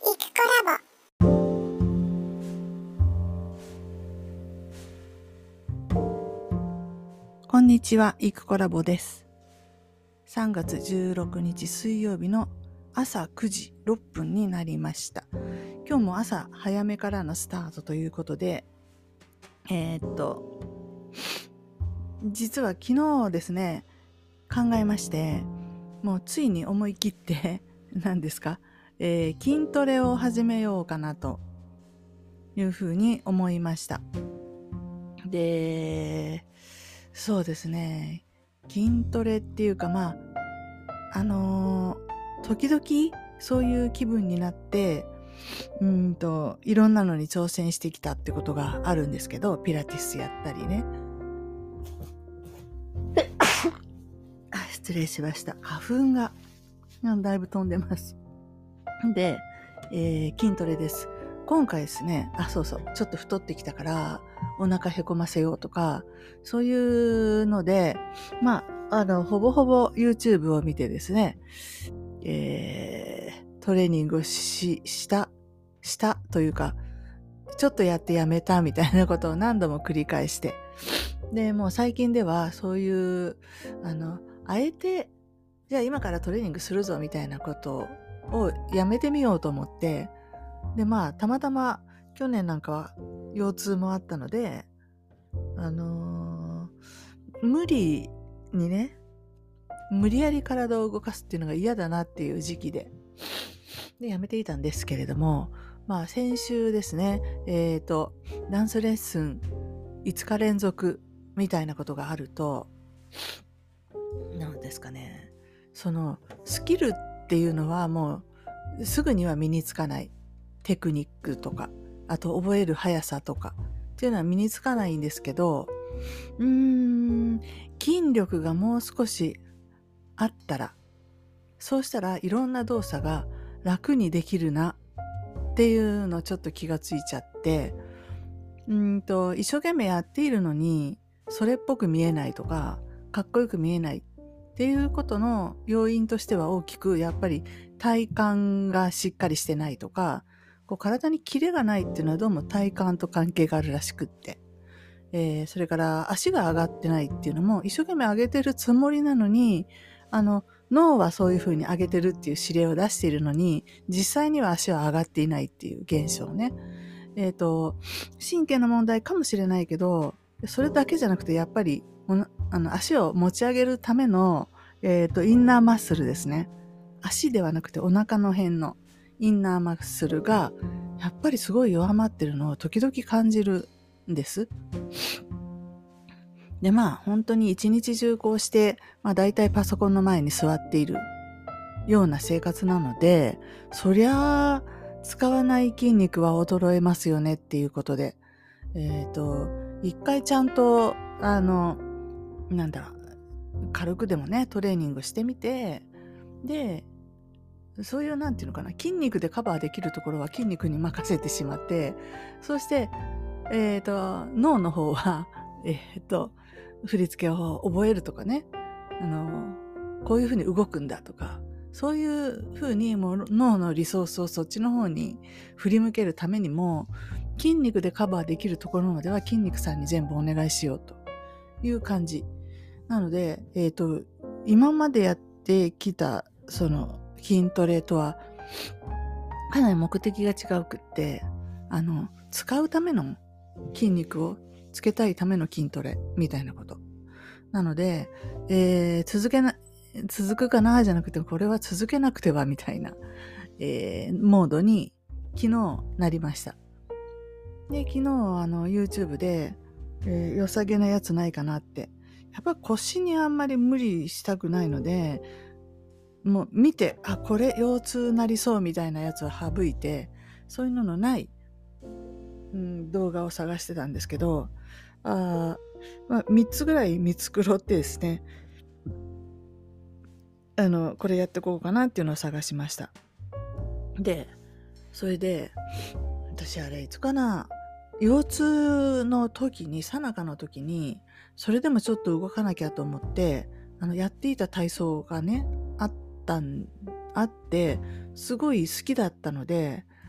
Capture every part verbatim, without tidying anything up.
イクコラボ。 こんにちは、イクコラボです。さんがつじゅうろくにち水曜日の朝くじろっぷんになりました。今日も朝早めからのスタートということで、えー、っと、実は昨日ですね、考えまして、もうついに思い切って、何ですか、えー、筋トレを始めようかなというふうに思いました。で、そうですね、筋トレっていうかまあ、あのー、時々そういう気分になって、うーんと、いろんなのに挑戦してきたってことがあるんですけど、ピラティスやったりね。あ、失礼しました。花粉がだいぶ飛んでます。で、えー、筋トレです。今回ですね、あ、そうそう、ちょっと太ってきたからお腹へこませようとか、そういうので、まあ、あの、ほぼほぼ YouTube を見てですね、えー、トレーニングをし、した、したというか、ちょっとやってやめたみたいなことを何度も繰り返して、で、もう最近ではそういう、あの、あえて、じゃあ今からトレーニングするぞみたいなことをやめてみようと思って、で、まあ、たまたま去年なんかは腰痛もあったので、あのー、無理にね、無理やり体を動かすっていうのが嫌だなっていう時期で、で、やめていたんですけれども、まあ先週ですね、えっと、ダンスレッスンいつか連続みたいなことがあると、なんですかね、そのスキルっていうのはもうすぐには身につかない。テクニックとか、あと覚える速さとかっていうのは身につかないんですけど、うーん、筋力がもう少しあったら、そうしたらいろんな動作が楽にできるなっていうのをちょっと気がついちゃって、うーんと、一生懸命やっているのに、それっぽく見えないとか、かっこよく見えないっていうことの要因としては大きく、やっぱり体幹がしっかりしてないとか、こう体にキレがないっていうのはどうも体幹と関係があるらしくって。えー、それから足が上がってないっていうのも、一生懸命上げてるつもりなのに、あの、脳はそういうふうに上げてるっていう指令を出しているのに、実際には足は上がっていないっていう現象ね。えっと、神経の問題かもしれないけど、それだけじゃなくて、やっぱり、あの、足を持ち上げるための、えっと、インナーマッスルですね。足ではなくてお腹の辺のインナーマッスルが、やっぱりすごい弱まってるのを時々感じるんです。で、まあ、本当に一日中こうして、まあ、大体パソコンの前に座っているような生活なので、そりゃあ、使わない筋肉は衰えますよねっていうことで、えっと、一回ちゃんと、あの、なんだ、軽くでもね、トレーニングしてみて、で、そういうなんていうのかな、筋肉でカバーできるところは筋肉に任せてしまって、そして、えっと、脳の方は、えっと、振り付けを覚えるとかね、あの、こういうふうに動くんだとか、そういうふうにもう脳のリソースをそっちの方に振り向けるためにも、筋肉でカバーできるところまでは筋肉さんに全部お願いしようという感じ。なので、えっと、今までやってきた、その筋トレとは、かなり目的が違うくって、あの、使うための筋肉をつけたいための筋トレみたいなこと。なので、えー、続けな、続くかなじゃなくて、これは続けなくてはみたいな、えー、モードに昨日なりました。で、昨日あの YouTube で、えー、良さげなやつないかなって。やっぱ腰にあんまり無理したくないので、もう見て、あ、これ腰痛なりそうみたいなやつを省いて、そういうののない、うん、動画を探してたんですけど、あ、まあ、みっつぐらい見繕ってですね、あの、これやってこうかなっていうのを探しました。で、それで、私あれいつかな、腰痛の時に、最中の時に、それでもちょっと動かなきゃと思って、あの、やっていた体操がね、あったん、あって、すごい好きだったので、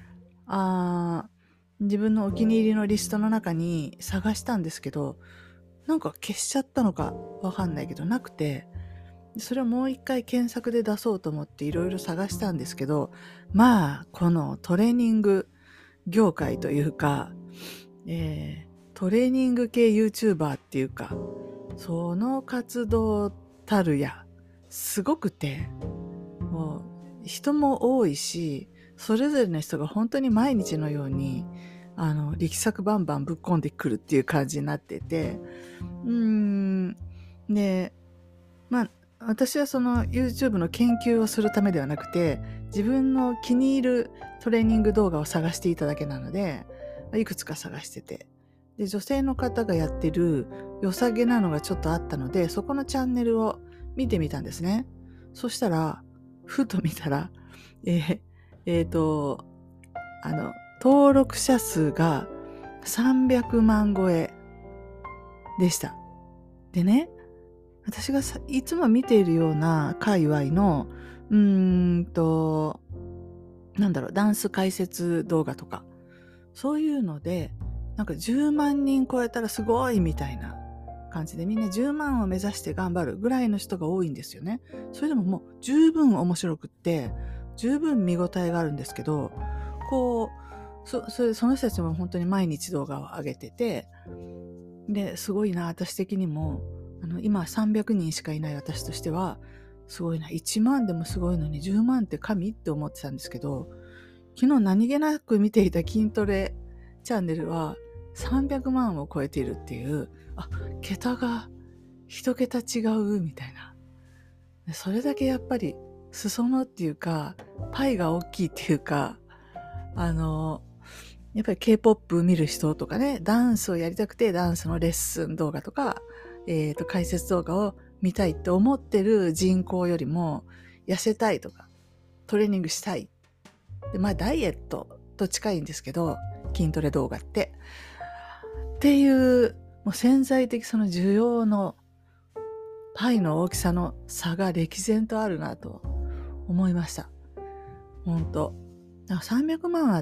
あ自分のお気に入りのリストの中に探したんですけど、なんか消しちゃったのかわかんないけどなくて、それをもう一回検索で出そうと思っていろいろ探したんですけど、まあこのトレーニング業界というか、えー、トレーニング系 YouTuber っていうか、その活動たるやすごくて、もう人も多いし、それぞれの人が本当に毎日のようにあの力作バンバンぶっ込んでくるっていう感じになってて、うーんでまあ私はその YouTube の研究をするためではなくて、自分の気に入るトレーニング動画を探していただけなので、いくつか探してて、で女性の方がやってる良さげなのがちょっとあったので、そこのチャンネルを見てみたんですね。そしたらふと見たら、えー、えーとあの登録者数がさんびゃくまん超えでした。でね、私がさいつも見ているような界隈のうーんとなんだろうダンス解説動画とかそういうのでなんかじゅうまんにん超えたらすごいみたいな感じで、みんなじゅうまんを目指して頑張るぐらいの人が多いんですよね。それでももう十分面白くって十分見応えがあるんですけど、こう そ, そ, その人たちも本当に毎日動画を上げてて、ですごいな、私的にもあの今さんびゃくにんしかいない私としてはすごいな、いちまんでもすごいのにじゅうまんって神って思ってたんですけど、昨日何気なく見ていた筋トレチャンネルはさんびゃくまんを超えているっていう、あ、桁が一桁違うみたいな。それだけやっぱり裾野っていうかパイが大きいっていうか、あのやっぱり K-ポップ 見る人とかね、ダンスをやりたくてダンスのレッスン動画とか、えーと、解説動画を見たいって思ってる人口よりも痩せたいとかトレーニングしたいで、まあダイエットと近いんですけど、筋トレ動画ってっていうもう潜在的その需要のパイの大きさの差が歴然とあるなと思いました。本当なんかさんびゃくまんあって、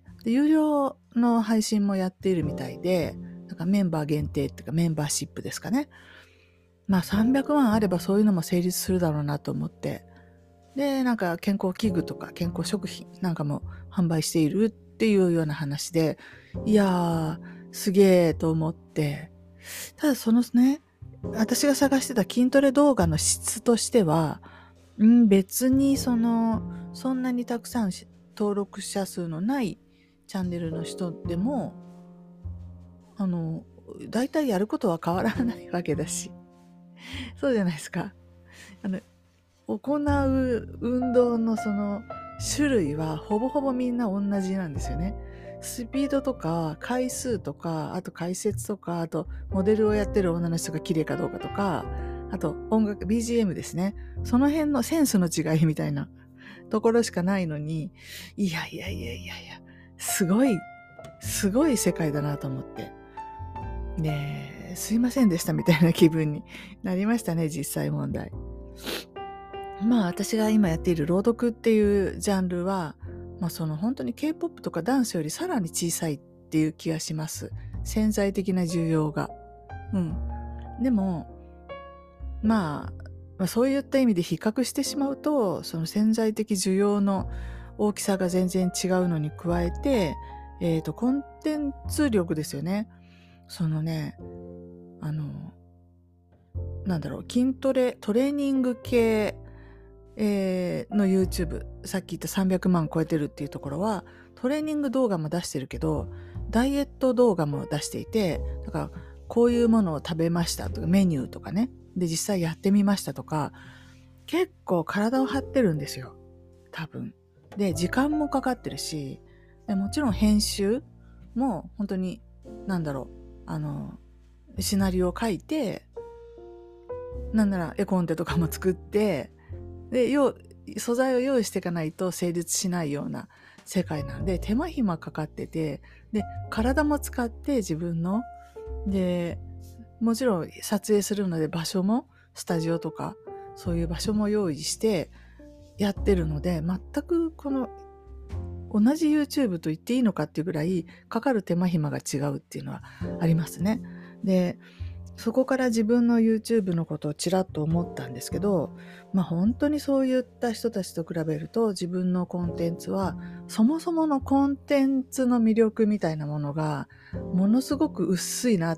で有料の配信もやっているみたいで、なんかメンバー限定っていうかメンバーシップですかね。まあさんびゃくまんあればそういうのも成立するだろうなと思って、でなんか健康器具とか健康食品なんかも販売しているっていうような話で、いやーすげーと思って、ただそのね、私が探してた筋トレ動画の質としては、ん別にそのそんなにたくさん登録者数のないチャンネルの人でもあのだいたいやることは変わらないわけだし、そうじゃないですか。あの行う運動のその種類はほぼほぼみんな同じなんですよね。スピードとか回数とか、あと解説とか、あとモデルをやってる女の人が綺麗かどうかとか、あと音楽 ビージーエム ですね。その辺のセンスの違いみたいなところしかないのに、いやいやいやいやいや、すごいすごい世界だなと思って、ねえ、すいませんでしたみたいな気分になりましたね、実際問題。まあ私が今やっている朗読っていうジャンルは、まあその本当に K-ポップ とかダンスよりさらに小さいっていう気がします。潜在的な需要が。うん。でも、まあ、まあ、そういった意味で比較してしまうと、その潜在的需要の大きさが全然違うのに加えて、えっと、コンテンツ力ですよね。そのね、あの、なんだろう、筋トレ、トレーニング系、えーの YouTube、さっき言ったさんびゃくまん超えてるっていうところはトレーニング動画も出してるけどダイエット動画も出していて、だからこういうものを食べましたとかメニューとかね、で実際やってみましたとか、結構体を張ってるんですよ多分。で時間もかかってるし、でもちろん編集も本当になんだろう、あのシナリオを書いて、なんなら絵コンテとかも作って、で素材を用意していかないと成立しないような世界なんで、手間暇かかってて、で体も使って自分のでもちろん撮影するので場所もスタジオとかそういう場所も用意してやってるので、全くこの同じ YouTube と言っていいのかっていうぐらいかかる手間暇が違うっていうのはありますね。で、そこから自分の YouTube のことをちらっと思ったんですけど、まあ本当にそういった人たちと比べると自分のコンテンツはそもそものコンテンツの魅力みたいなものがものすごく薄いなって、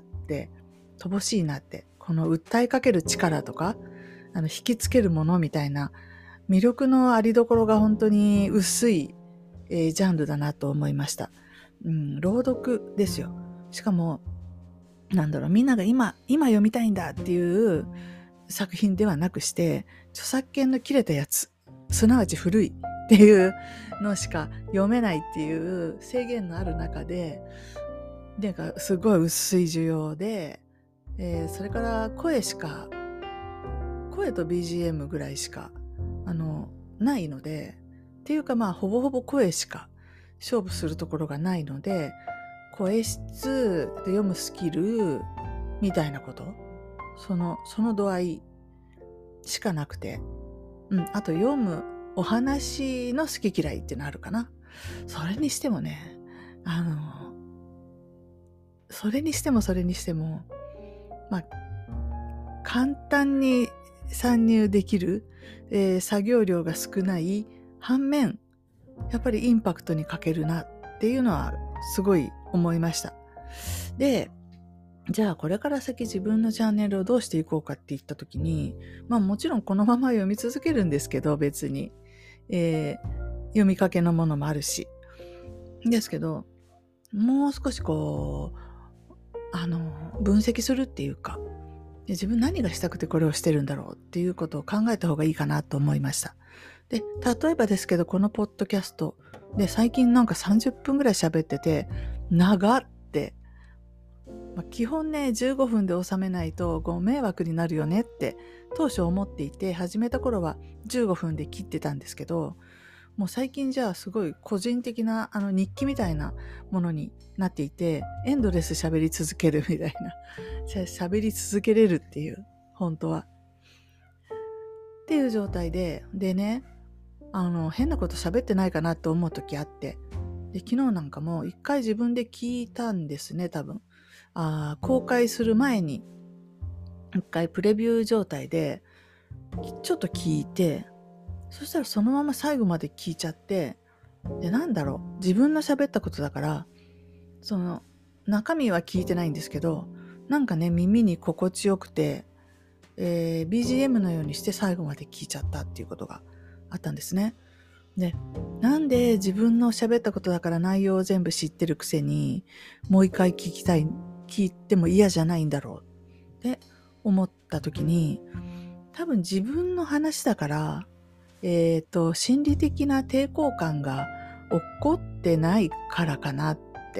乏しいなって、この訴えかける力とかあの引きつけるものみたいな魅力のありどころが本当に薄い、えージャンルだなと思いました。うん、朗読ですよ。しかもなんだろう、みんなが今今読みたいんだっていう作品ではなくして、著作権の切れたやつ、すなわち古いっていうのしか読めないっていう制限のある中で、なんかすごい薄い需要で、えーそれから声しか声と ビージーエム ぐらいしかあのないので、っていうかまあほぼほぼ声しか勝負するところがないので、声質で読むスキルみたいなこと、そのその度合いしかなくて、うん、あと読むお話の好き嫌いっていうのあるかな。それにしてもね、あのそれにしてもそれにしてもまあ簡単に参入できる、えー作業量が少ない反面、やっぱりインパクトに欠けるなっていうのはすごい思いました。で、じゃあこれから先自分のチャンネルをどうしていこうかって言った時に、まあもちろんこのまま読み続けるんですけど、別に、えー読みかけのものもあるし。ですけど、もう少しこう、あの、分析するっていうか、で自分何がしたくてこれをしてるんだろうっていうことを考えた方がいいかなと思いました。で、例えばですけど、このポッドキャストで最近なんかさんじゅっぷんぐらい喋ってて、長って、まあ、基本ね、じゅうごふんで収めないとご迷惑になるよねって当初思っていて、始めた頃はじゅうごふんで切ってたんですけど、もう最近じゃあすごい個人的なあの日記みたいなものになっていて、エンドレス喋り続けるみたいな、しゃ喋り続けれるっていう、本当は。っていう状態で、でね、あの、変なこと喋ってないかなと思う時あって、で、昨日なんかも一回自分で聞いたんですね、多分。あー公開する前に、一回プレビュー状態で、ちょっと聞いて、そしたらそのまま最後まで聞いちゃって、で、なんだろう、自分の喋ったことだから、その、中身は聞いてないんですけど、なんかね、耳に心地よくて、えー ビージーエム のようにして最後まで聞いちゃったっていうことがあったんですね。で、なんで自分の喋ったことだから内容を全部知ってるくせに、もう一回聞きたい、聞いても嫌じゃないんだろうって思った時に、多分自分の話だから、えっと、心理的な抵抗感が起こってないからかなって、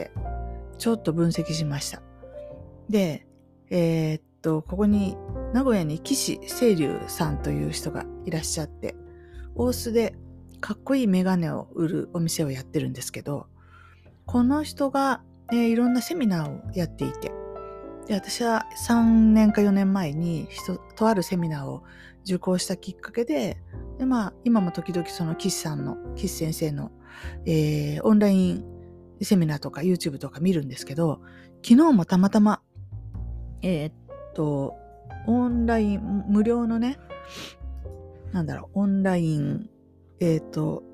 ちょっと分析しました。で、えーっと、ここに、名古屋に岸清流さんという人がいらっしゃって、大須でかっこいいメガネを売るお店をやってるんですけど、この人が、えーいろんなセミナーをやっていて、で私はさんねんかよねんまえに人とあるセミナーを受講したきっかけで、でまあ今も時々その岸さんの、岸先生の、えーオンラインセミナーとか YouTube とか見るんですけど、昨日もたまたま、えーっと、オンライン、無料のね、なんだろう、オンライン、えーっと、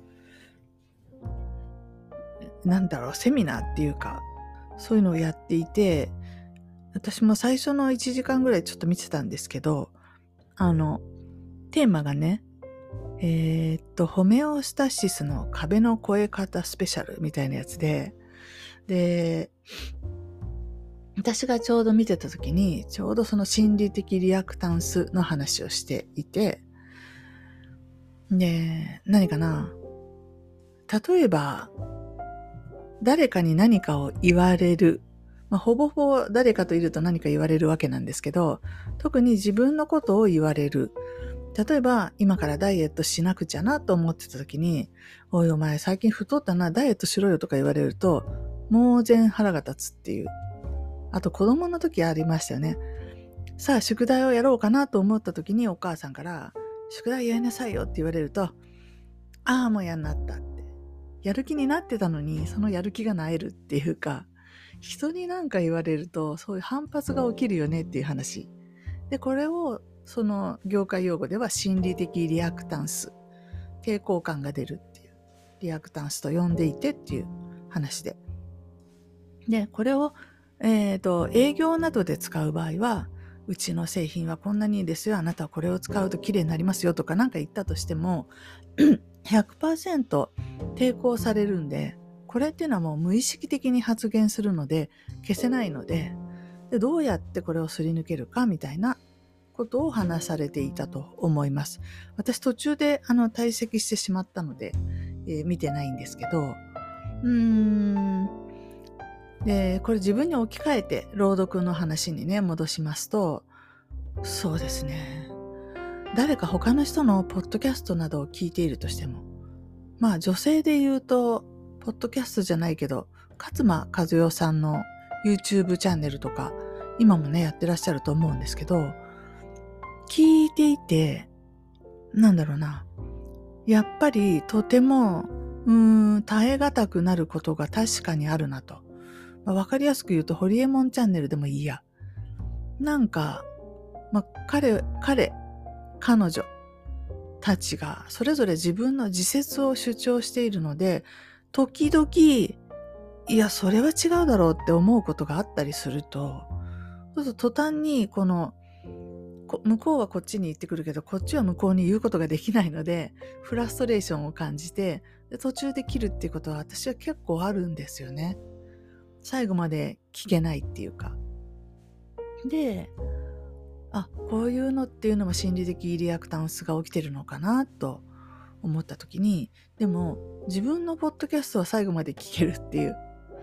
なんだろう、セミナーっていうか、そういうのをやっていて、私も最初のいちじかんぐらいちょっと見てたんですけど、あの、テーマがね、えーっと、ホメオスタシスの壁の越え方スペシャルみたいなやつで、で、私がちょうど見てた時に、ちょうどその心理的リアクタンスの話をしていて、で、何かな、例えば、誰かに何かを言われる。まあ、ほぼほぼ誰かといると何か言われるわけなんですけど、特に自分のことを言われる。例えば、今からダイエットしなくちゃなと思ってた時に、おいお前最近太ったな、ダイエットしろよとか言われると、猛然腹が立つっていう。あと子供の時ありましたよね。さあ、宿題をやろうかなと思った時にお母さんから、宿題やりなさいよって言われると、ああ、もうやんなったって。 やる気になってたのにそのやる気がなえるっていうか、人に何か言われるとそういう反発が起きるよねっていう話で、これをその業界用語では心理的リアクタンス、抵抗感が出るっていうリアクタンスと呼んでいてっていう話で、でこれを、えーと、営業などで使う場合は、うちの製品はこんなにいいですよ、あなたはこれを使うと綺麗になりますよとかなんか言ったとしてもひゃくパーセント 抵抗されるんで、これっていうのはもう無意識的に発言するので消せないので、でどうやってこれをすり抜けるかみたいなことを話されていたと思います。私途中であの退席してしまったので、えー、見てないんですけど、うーんでこれ自分に置き換えて朗読の話にね戻しますと、そうですね、誰か他の人のポッドキャストなどを聞いているとしても、まあ女性で言うとポッドキャストじゃないけど勝間和代さんの YouTube チャンネルとか今もねやってらっしゃると思うんですけど、聞いていてなんだろうな、やっぱりとてもうーん耐え難くなることが確かにあるなと、まあ、分かりやすく言うとホリエモンチャンネルでもいいや、なんか、まあ、彼彼彼女たちがそれぞれ自分の自説を主張しているので、時々いやそれは違うだろうって思うことがあったりすると、そうすると途端にこの向こうはこっちに言ってくるけどこっちは向こうに言うことができないのでフラストレーションを感じて、で途中で切るっていうことは私は結構あるんですよね。最後まで聞けないっていうかで、あ、こういうのっていうのも心理的リアクタンスが起きてるのかなと思った時に、でも自分のポッドキャストは最後まで聞けるっていう、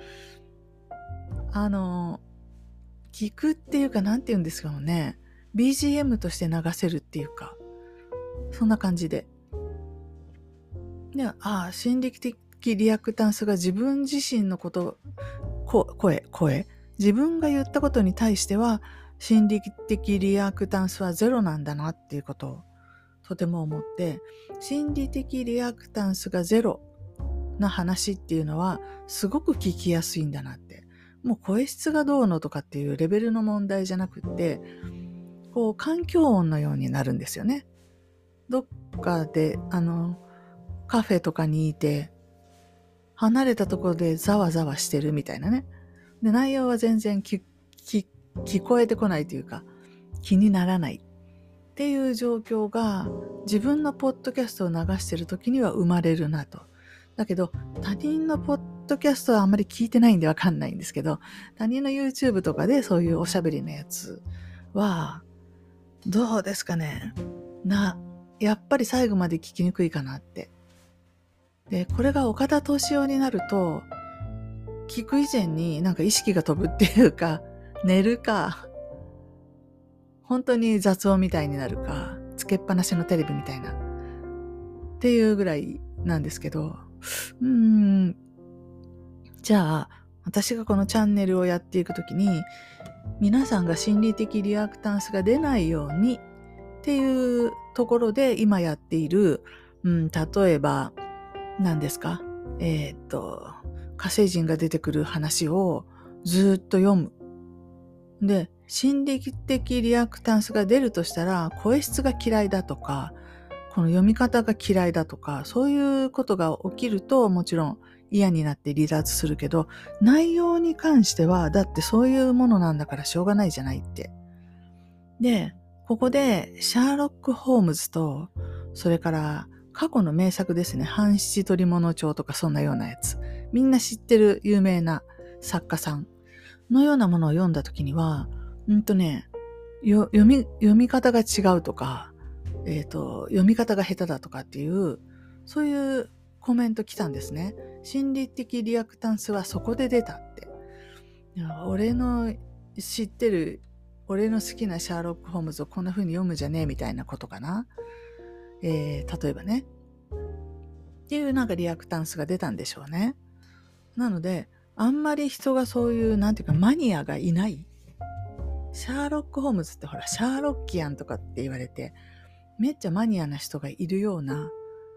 あの聞くっていうかなんて言うんですかね、 ビージーエム として流せるっていうか、そんな感じで、で、ああ、心理的リアクタンスが自分自身のこと、声声自分が言ったことに対しては心理的リアクタンスはゼロなんだなっていうことをとても思って、心理的リアクタンスがゼロな話っていうのはすごく聞きやすいんだなって、もう声質がどうのとかっていうレベルの問題じゃなくって、こう環境音のようになるんですよね。どっかであのカフェとかにいて離れたところでざわざわしてるみたいなね。で内容は全然きき聞こえてこないというか気にならないっていう状況が自分のポッドキャストを流してる時には生まれるなと。だけど他人のポッドキャストはあんまり聞いてないんでわかんないんですけど、他人の YouTube とかでそういうおしゃべりのやつはどうですかね、なやっぱり最後まで聞きにくいかなって。でこれが岡田敏夫になると聞く以前になんか意識が飛ぶっていうか、寝るか本当に雑音みたいになるか、つけっぱなしのテレビみたいなっていうぐらいなんですけど、うーんじゃあ私がこのチャンネルをやっていくときに皆さんが心理的リアクタンスが出ないようにっていうところで今やっている、うん、例えば何ですか、えー、っと火星人が出てくる話をずっと読む。で心理的リアクタンスが出るとしたら声質が嫌いだとかこの読み方が嫌いだとかそういうことが起きるともちろん嫌になって離脱するけど、内容に関してはだってそういうものなんだからしょうがないじゃないって。でここでシャーロック・ホームズとそれから過去の名作ですね、半七捕物帳とかそんなようなやつ、みんな知ってる有名な作家さんのようなものを読んだ時にはうんとねよ読み読み方が違うとか、えーと、読み方が下手だとかっていうそういうコメント来たんですね。心理的リアクタンスはそこで出たって。いや俺の知ってる俺の好きなシャーロック・ホームズをこんな風に読むじゃねえみたいなことかな、えー、例えばねっていうなんかリアクタンスが出たんでしょうね。なのであんまり人がそういうなんていうかマニアがいない。シャーロック・ホームズってほらシャーロッキアンとかって言われてめっちゃマニアな人がいるような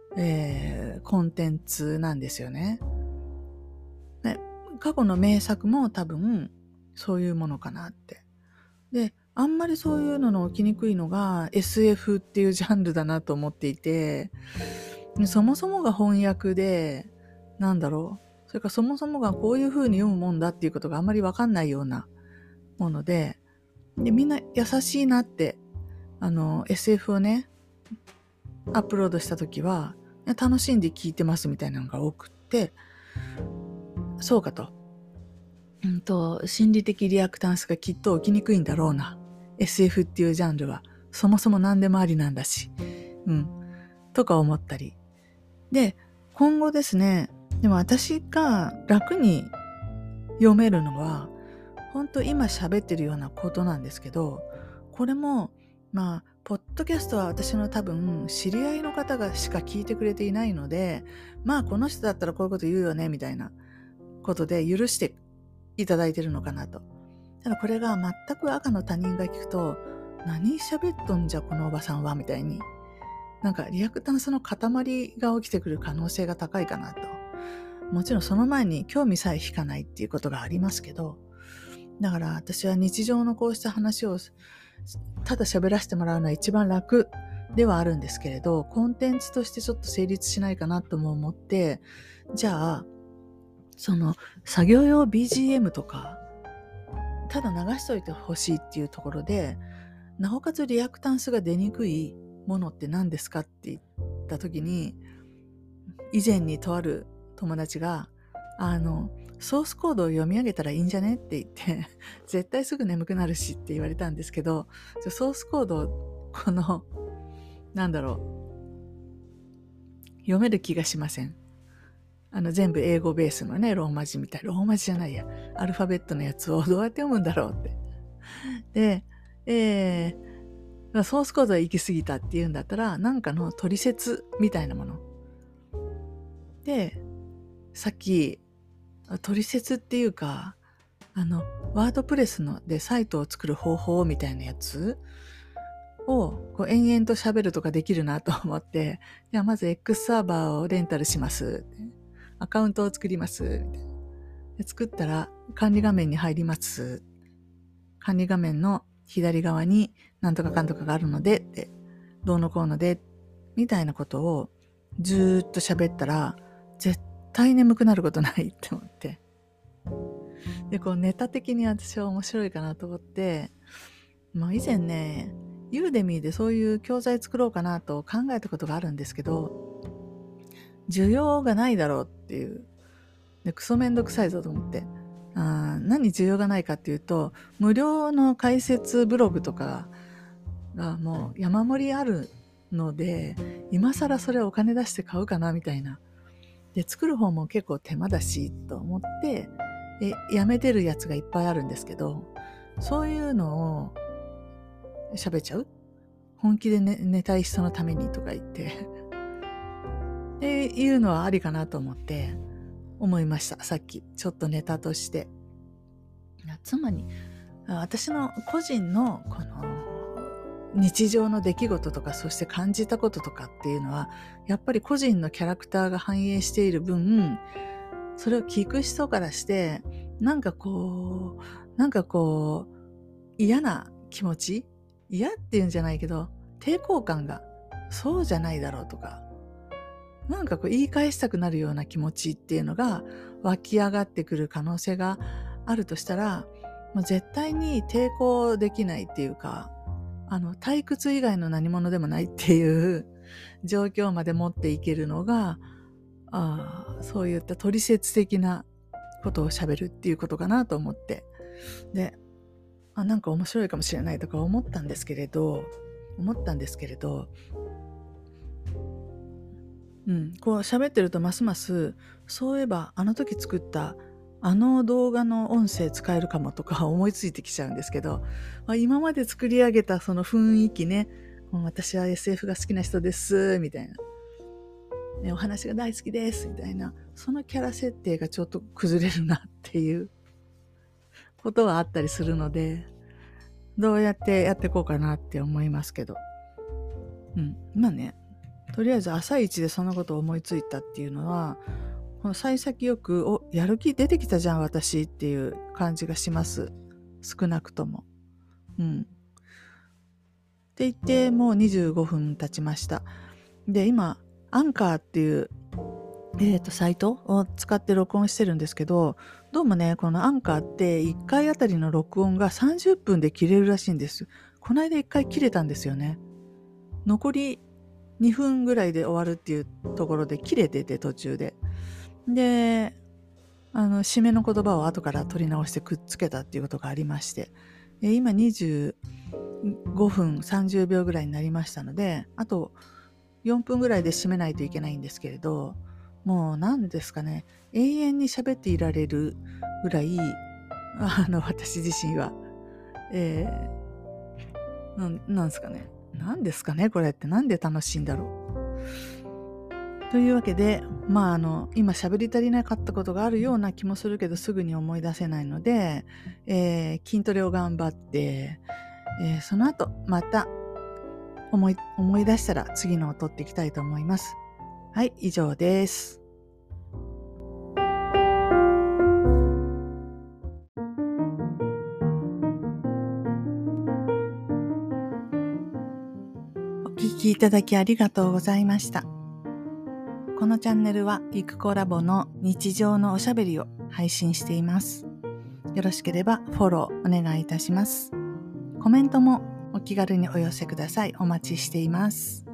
えー、コンテンツなんですよね。で、過去の名作も多分そういうものかなって。で、あんまりそういうのの起きにくいのが エスエフ っていうジャンルだなと思っていて、そもそもが翻訳で、なんだろう。それからそもそもがこういう風に読むもんだっていうことがあんまりわかんないようなもので、で、みんな優しいなって、あの、エスエフ をね、アップロードしたときは、楽しんで聞いてますみたいなのが多くって、そうかと。うんと、心理的リアクタンスがきっと起きにくいんだろうな。エスエフ っていうジャンルは、そもそも何でもありなんだし。うん。とか思ったり。で、今後ですね、でも私が楽に読めるのは、本当今喋ってるようなことなんですけど、これも、まあ、ポッドキャストは私の多分、知り合いの方がしか聞いてくれていないので、まあ、この人だったらこういうこと言うよね、みたいなことで許していただいてるのかなと。ただこれが全く赤の他人が聞くと、何喋っとんじゃこのおばさんは、みたいに。なんかリアクタンスの塊が起きてくる可能性が高いかなと。もちろんその前に興味さえ引かないっていうことがありますけど、だから私は日常のこうした話をただ喋らせてもらうのは一番楽ではあるんですけれど、コンテンツとしてちょっと成立しないかなとも思って、じゃあ、その作業用 ビージーエム とか、ただ流しといてほしいっていうところで、なおかつリアクタンスが出にくいものって何ですかって言ったときに、以前にとある友達が、あの、ソースコードを読み上げたらいいんじゃねって言って、絶対すぐ眠くなるしって言われたんですけど、ソースコードを、この、なんだろう、読める気がしません。あの、全部英語ベースのね、ローマ字みたい。ローマ字じゃないや。アルファベットのやつをどうやって読むんだろうって。で、えー、ソースコードは行き過ぎたっていうんだったら、なんかの取説みたいなもの。で、さっき、取説っていうか、あの、ワードプレスのでサイトを作る方法みたいなやつをこう延々と喋るとかできるなと思って、じゃあまず X サーバーをレンタルします。アカウントを作ります。みたいな。で作ったら管理画面に入ります。管理画面の左側になんとかかんとかがあるので、でどうのこうので、みたいなことをずーっと喋ったら、絶対眠くなることないって思って。で、こうネタ的に私は面白いかなと思って、まあ以前ね、ユーデミーでそういう教材作ろうかなと考えたことがあるんですけど、需要がないだろうっていう。で、クソめんどくさいぞと思って。あ何需要がないかっていうと、無料の解説ブログとかがもう山盛りあるので、今更それをお金出して買うかなみたいな。で、作る方も結構手間だし、と思って、え、やめてるやつがいっぱいあるんですけど、そういうのを喋っちゃう？本気で、ね、寝たい人のためにとか言って。っていうのはありかなと思って、思いました。さっき。ちょっとネタとして。つまり、私の個人のこの日常の出来事とか、そして感じたこととかっていうのは、やっぱり個人のキャラクターが反映している分、それを聞く人からして、なんかこう、なんかこう、嫌な気持ち？嫌っていうんじゃないけど、抵抗感が、そうじゃないだろうとか、なんかこう言い返したくなるような気持ちっていうのが湧き上がってくる可能性があるとしたら、もう絶対に抵抗できないっていうか、あの、退屈以外の何者でもないっていう状況まで持っていけるのが、あそういった取説的なことを喋るっていうことかなと思って。で、あ、なんか面白いかもしれないとか思ったんですけれど、思ったんですけれど、うん、こう喋ってるとますますそういえばあの時作ったあの動画の音声使えるかもとか思いついてきちゃうんですけど、まあ、今まで作り上げたその雰囲気ね、もう私は エスエフ が好きな人ですみたいな、ね、お話が大好きですみたいな、そのキャラ設定がちょっと崩れるなっていうことはあったりするので、どうやってやっていこうかなって思いますけど、うん、まあね、 とりあえず朝一でそのことを思いついたっていうのは、この幸先よく、お、やる気出てきたじゃん私っていう感じがします。少なくとも。うん。って言ってもうにじゅうごふん経ちました。で、今、アンカーっていう、えーと、サイトを使って録音してるんですけど、どうもね、このアンカーっていっかいあたりの録音がさんじゅっぷんで切れるらしいんです。この間いっかい切れたんですよね。残りにふんぐらいで終わるっていうところで切れてて、途中で。で、あの、締めの言葉を後から取り直してくっつけたっていうことがありまして、で今にじゅうごふんさんじゅうびょうぐらいになりましたので、あとよんぷんぐらいで締めないといけないんですけれど、もう何ですかね、永遠に喋っていられるぐらい、あの、私自身は、えー、なん、なんですかね。何ですかねこれってなんで楽しいんだろう。というわけで、まああの、今喋り足りなかったことがあるような気もするけど、すぐに思い出せないので、えー筋トレを頑張って、えーその後、また思い、思い出したら次のを撮っていきたいと思います。はい、以上です。お聞きいただきありがとうございました。このチャンネルはゆくこラボの日常のおしゃべりを配信しています。よろしければフォローお願いいたします。コメントもお気軽にお寄せください。お待ちしています。